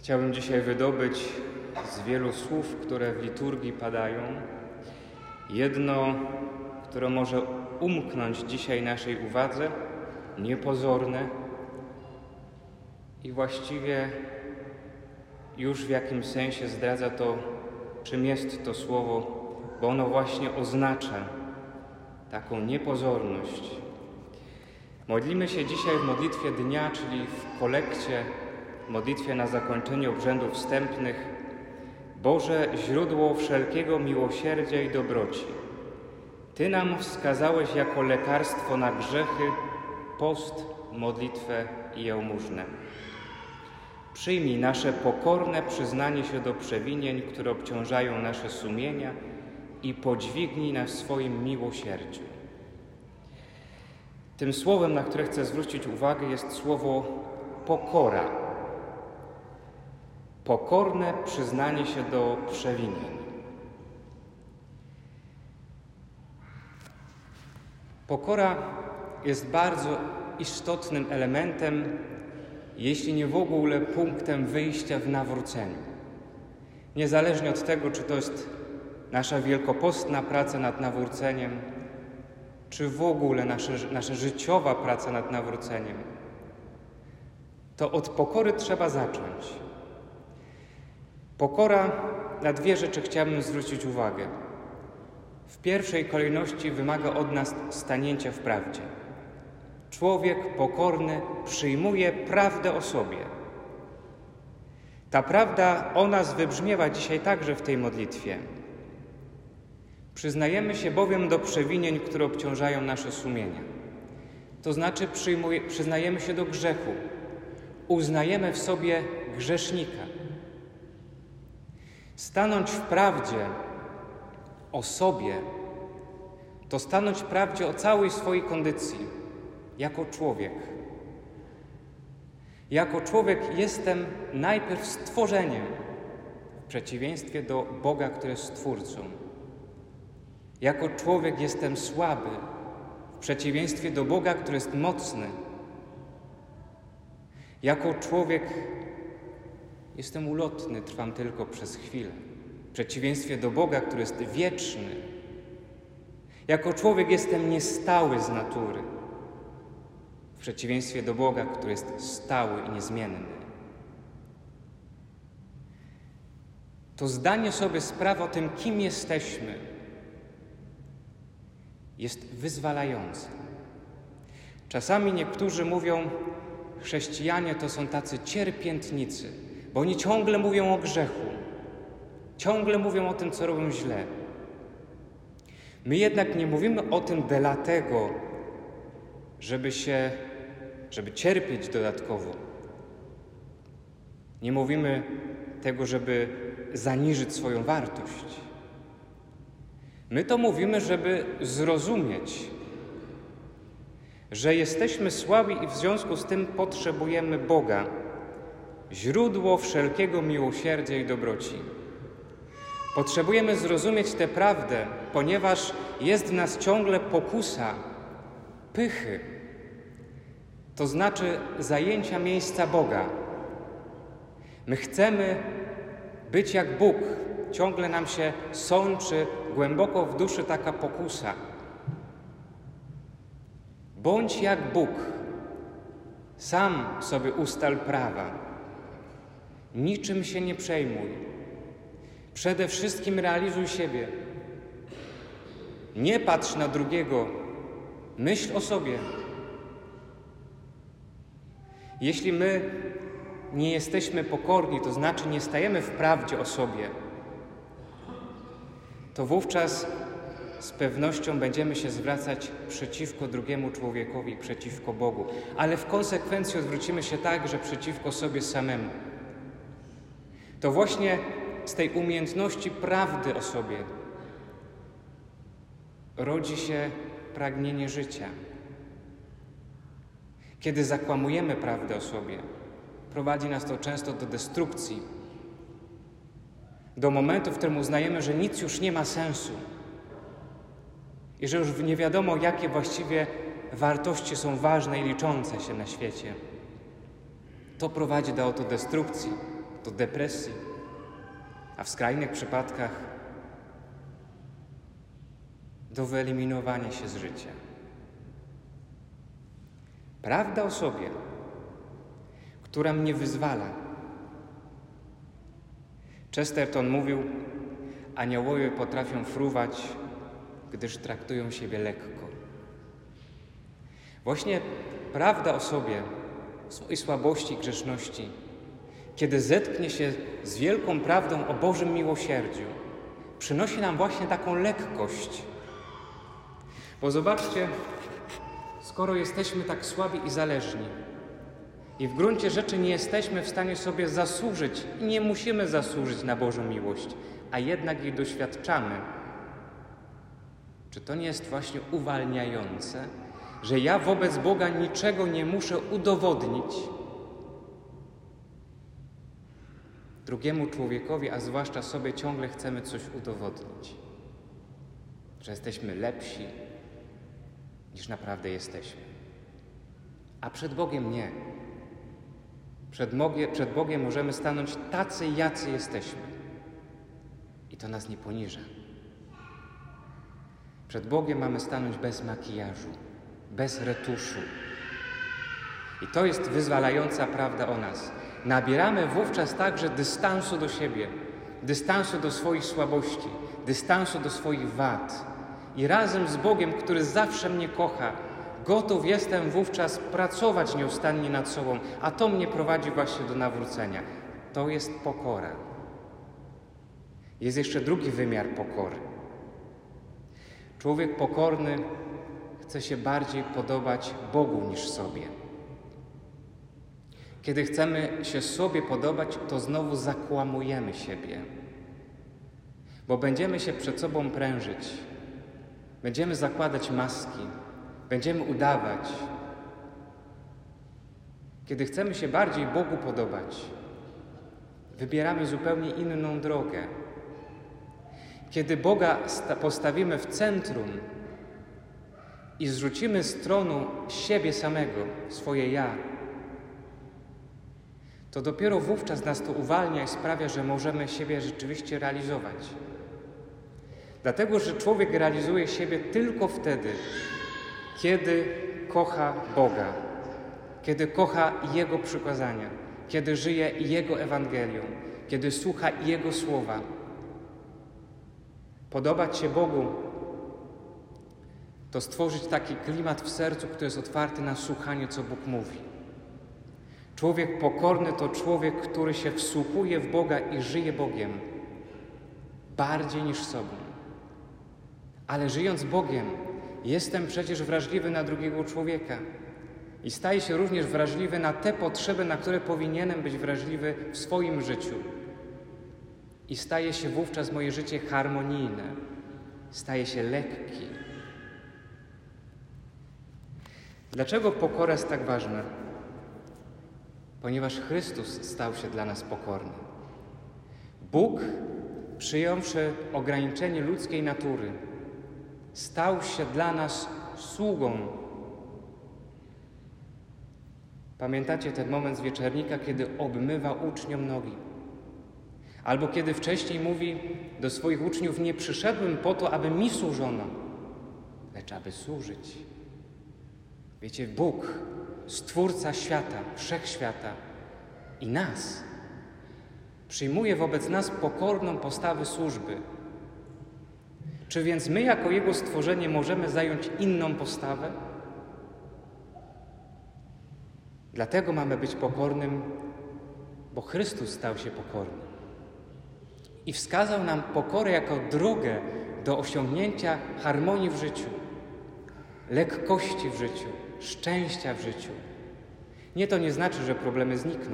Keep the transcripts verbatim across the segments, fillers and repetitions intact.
Chciałbym dzisiaj wydobyć z wielu słów, które w liturgii padają, jedno, które może umknąć dzisiaj naszej uwadze, niepozorne i właściwie już w jakimś sensie zdradza to, czym jest to słowo, bo ono właśnie oznacza taką niepozorność. Modlimy się dzisiaj w modlitwie dnia, czyli w kolekcie, modlitwie na zakończenie obrzędów wstępnych: Boże, źródło wszelkiego miłosierdzia i dobroci, Ty nam wskazałeś jako lekarstwo na grzechy post, modlitwę i jałmużnę. Przyjmij nasze pokorne przyznanie się do przewinień, które obciążają nasze sumienia, i podźwignij nas w swoim miłosierdziu. Tym słowem, na które chcę zwrócić uwagę, jest słowo pokora. Pokorne przyznanie się do przewinień. Pokora jest bardzo istotnym elementem, jeśli nie w ogóle punktem wyjścia w nawróceniu. Niezależnie od tego, czy to jest nasza wielkopostna praca nad nawróceniem, czy w ogóle nasze, nasza życiowa praca nad nawróceniem, to od pokory trzeba zacząć. Pokora, na dwie rzeczy chciałbym zwrócić uwagę. W pierwszej kolejności wymaga od nas stanięcia w prawdzie. Człowiek pokorny przyjmuje prawdę o sobie. Ta prawda o nas wybrzmiewa dzisiaj także w tej modlitwie. Przyznajemy się bowiem do przewinień, które obciążają nasze sumienia. To znaczy przyznajemy się do grzechu. Uznajemy w sobie grzesznika. Stanąć w prawdzie o sobie to stanąć w prawdzie o całej swojej kondycji jako człowiek. Jako człowiek jestem najpierw stworzeniem, w przeciwieństwie do Boga, który jest Stwórcą. Jako człowiek jestem słaby, w przeciwieństwie do Boga, który jest mocny. Jako człowiek jestem ulotny, trwam tylko przez chwilę, w przeciwieństwie do Boga, który jest wieczny. Jako człowiek jestem niestały z natury, w przeciwieństwie do Boga, który jest stały i niezmienny. To zdanie sobie sprawy o tym, kim jesteśmy, jest wyzwalające. Czasami niektórzy mówią, chrześcijanie to są tacy cierpiętnicy, bo oni ciągle mówią o grzechu, ciągle mówią o tym, co robią źle. My jednak nie mówimy o tym dlatego, żeby się, żeby cierpieć dodatkowo. Nie mówimy tego, żeby zaniżyć swoją wartość. My to mówimy, żeby zrozumieć, że jesteśmy słabi i w związku z tym potrzebujemy Boga, źródło wszelkiego miłosierdzia i dobroci. Potrzebujemy zrozumieć tę prawdę, ponieważ jest w nas ciągle pokusa pychy, to znaczy zajęcia miejsca Boga. My chcemy być jak Bóg. Ciągle nam się sączy głęboko w duszy taka pokusa. Bądź jak Bóg. Sam sobie ustal prawa. Niczym się nie przejmuj. Przede wszystkim realizuj siebie. Nie patrz na drugiego. Myśl o sobie. Jeśli my nie jesteśmy pokorni, to znaczy nie stajemy w prawdzie o sobie, to wówczas z pewnością będziemy się zwracać przeciwko drugiemu człowiekowi, przeciwko Bogu, ale w konsekwencji odwrócimy się także przeciwko sobie samemu. To właśnie z tej umiejętności prawdy o sobie rodzi się pragnienie życia. Kiedy zakłamujemy prawdę o sobie, prowadzi nas to często do destrukcji, do momentu, w którym uznajemy, że nic już nie ma sensu i że już nie wiadomo, jakie właściwie wartości są ważne i liczące się na świecie. To prowadzi do autodestrukcji. do depresji, a w skrajnych przypadkach do wyeliminowania się z życia. Prawda o sobie, która mnie wyzwala. Chesterton mówił, aniołowie potrafią fruwać, gdyż traktują siebie lekko. Właśnie prawda o sobie, swojej słabości i grzeszności, kiedy zetknie się z wielką prawdą o Bożym miłosierdziu, przynosi nam właśnie taką lekkość. Bo zobaczcie, skoro jesteśmy tak słabi i zależni i w gruncie rzeczy nie jesteśmy w stanie sobie zasłużyć i nie musimy zasłużyć na Bożą miłość, a jednak jej doświadczamy, czy to nie jest właśnie uwalniające, że ja wobec Boga niczego nie muszę udowodnić drugiemu człowiekowi, a zwłaszcza sobie ciągle chcemy coś udowodnić, że jesteśmy lepsi niż naprawdę jesteśmy. A przed Bogiem nie. Przed Bogiem, przed Bogiem możemy stanąć tacy, jacy jesteśmy. I to nas nie poniża. Przed Bogiem mamy stanąć bez makijażu, bez retuszu. I to jest wyzwalająca prawda o nas. Nabieramy wówczas także dystansu do siebie, dystansu do swoich słabości, dystansu do swoich wad. I razem z Bogiem, który zawsze mnie kocha, gotów jestem wówczas pracować nieustannie nad sobą, a to mnie prowadzi właśnie do nawrócenia. To jest pokora. Jest jeszcze drugi wymiar pokory. Człowiek pokorny chce się bardziej podobać Bogu niż sobie. Kiedy chcemy się sobie podobać, to znowu zakłamujemy siebie, bo będziemy się przed sobą prężyć, będziemy zakładać maski, będziemy udawać. Kiedy chcemy się bardziej Bogu podobać, wybieramy zupełnie inną drogę. Kiedy Boga postawimy w centrum i zrzucimy z tronu siebie samego, swoje ja, to dopiero wówczas nas to uwalnia i sprawia, że możemy siebie rzeczywiście realizować. Dlatego, że człowiek realizuje siebie tylko wtedy, kiedy kocha Boga, kiedy kocha Jego przykazania, kiedy żyje Jego Ewangelią, kiedy słucha Jego słowa. Podobać się Bogu to stworzyć taki klimat w sercu, który jest otwarty na słuchanie, co Bóg mówi. Człowiek pokorny to człowiek, który się wsłuchuje w Boga i żyje Bogiem bardziej niż sobą. Ale żyjąc Bogiem, jestem przecież wrażliwy na drugiego człowieka i staję się również wrażliwy na te potrzeby, na które powinienem być wrażliwy w swoim życiu. I staje się wówczas moje życie harmonijne, staje się lekkie. Dlaczego pokora jest tak ważna? Ponieważ Chrystus stał się dla nas pokorny. Bóg, przyjąwszy ograniczenie ludzkiej natury, stał się dla nas sługą. Pamiętacie ten moment z wieczernika, kiedy obmywa uczniom nogi? Albo kiedy wcześniej mówi do swoich uczniów: nie przyszedłem po to, aby mi służono, lecz aby służyć. Wiecie, Bóg, Stwórca świata, wszechświata i nas, przyjmuje wobec nas pokorną postawę służby. Czy więc my jako Jego stworzenie możemy zająć inną postawę? Dlatego mamy być pokornym, bo Chrystus stał się pokorny i wskazał nam pokorę jako drogę do osiągnięcia harmonii w życiu, lekkości w życiu, szczęścia w życiu. Nie, to nie znaczy, że problemy znikną,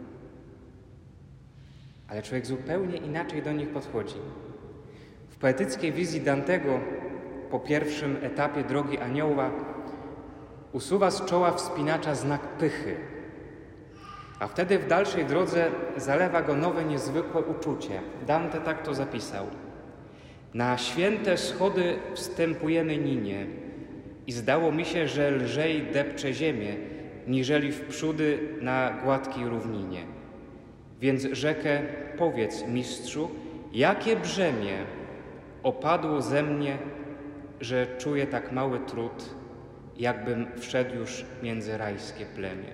ale człowiek zupełnie inaczej do nich podchodzi. W poetyckiej wizji Dantego po pierwszym etapie drogi anioła usuwa z czoła wspinacza znak pychy, a wtedy w dalszej drodze zalewa go nowe, niezwykłe uczucie. Dante tak to zapisał. Na święte schody wstępujemy ninie i zdało mi się, że lżej depcze ziemię, niżeli wprzódy na gładkiej równinie. Więc rzekę: powiedz, mistrzu, jakie brzemię opadło ze mnie, że czuję tak mały trud, jakbym wszedł już między rajskie plemię.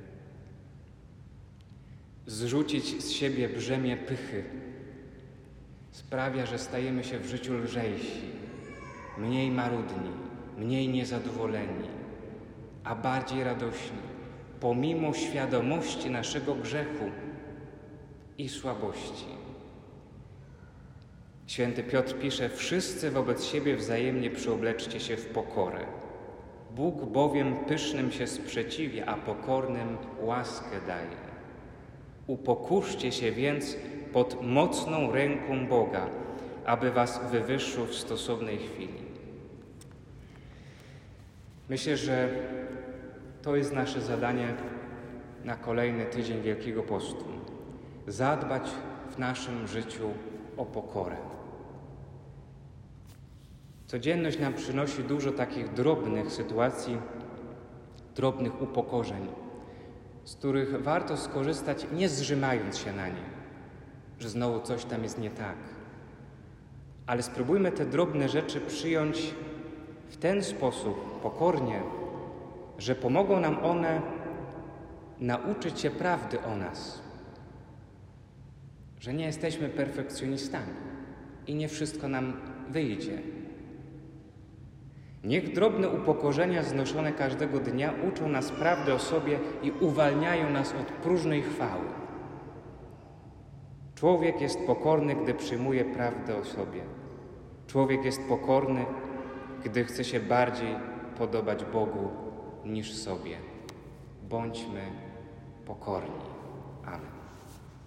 Zrzucić z siebie brzemię pychy sprawia, że stajemy się w życiu lżejsi, mniej marudni, mniej niezadowoleni, a bardziej radośni, pomimo świadomości naszego grzechu i słabości. Święty Piotr pisze: wszyscy wobec siebie wzajemnie przyobleczcie się w pokorę. Bóg bowiem pysznym się sprzeciwia, a pokornym łaskę daje. Upokurzcie się więc pod mocną ręką Boga, aby was wywyższył w stosownej chwili. Myślę, że to jest nasze zadanie na kolejny tydzień Wielkiego Postu. Zadbać w naszym życiu o pokorę. Codzienność nam przynosi dużo takich drobnych sytuacji, drobnych upokorzeń, z których warto skorzystać, nie zżymając się na nie, że znowu coś tam jest nie tak. Ale spróbujmy te drobne rzeczy przyjąć w ten sposób, pokornie, że pomogą nam one nauczyć się prawdy o nas, że nie jesteśmy perfekcjonistami i nie wszystko nam wyjdzie. Niech drobne upokorzenia znoszone każdego dnia uczą nas prawdy o sobie i uwalniają nas od próżnej chwały. Człowiek jest pokorny, gdy przyjmuje prawdę o sobie. Człowiek jest pokorny, gdy chce się bardziej podobać Bogu niż sobie. Bądźmy pokorni. Amen.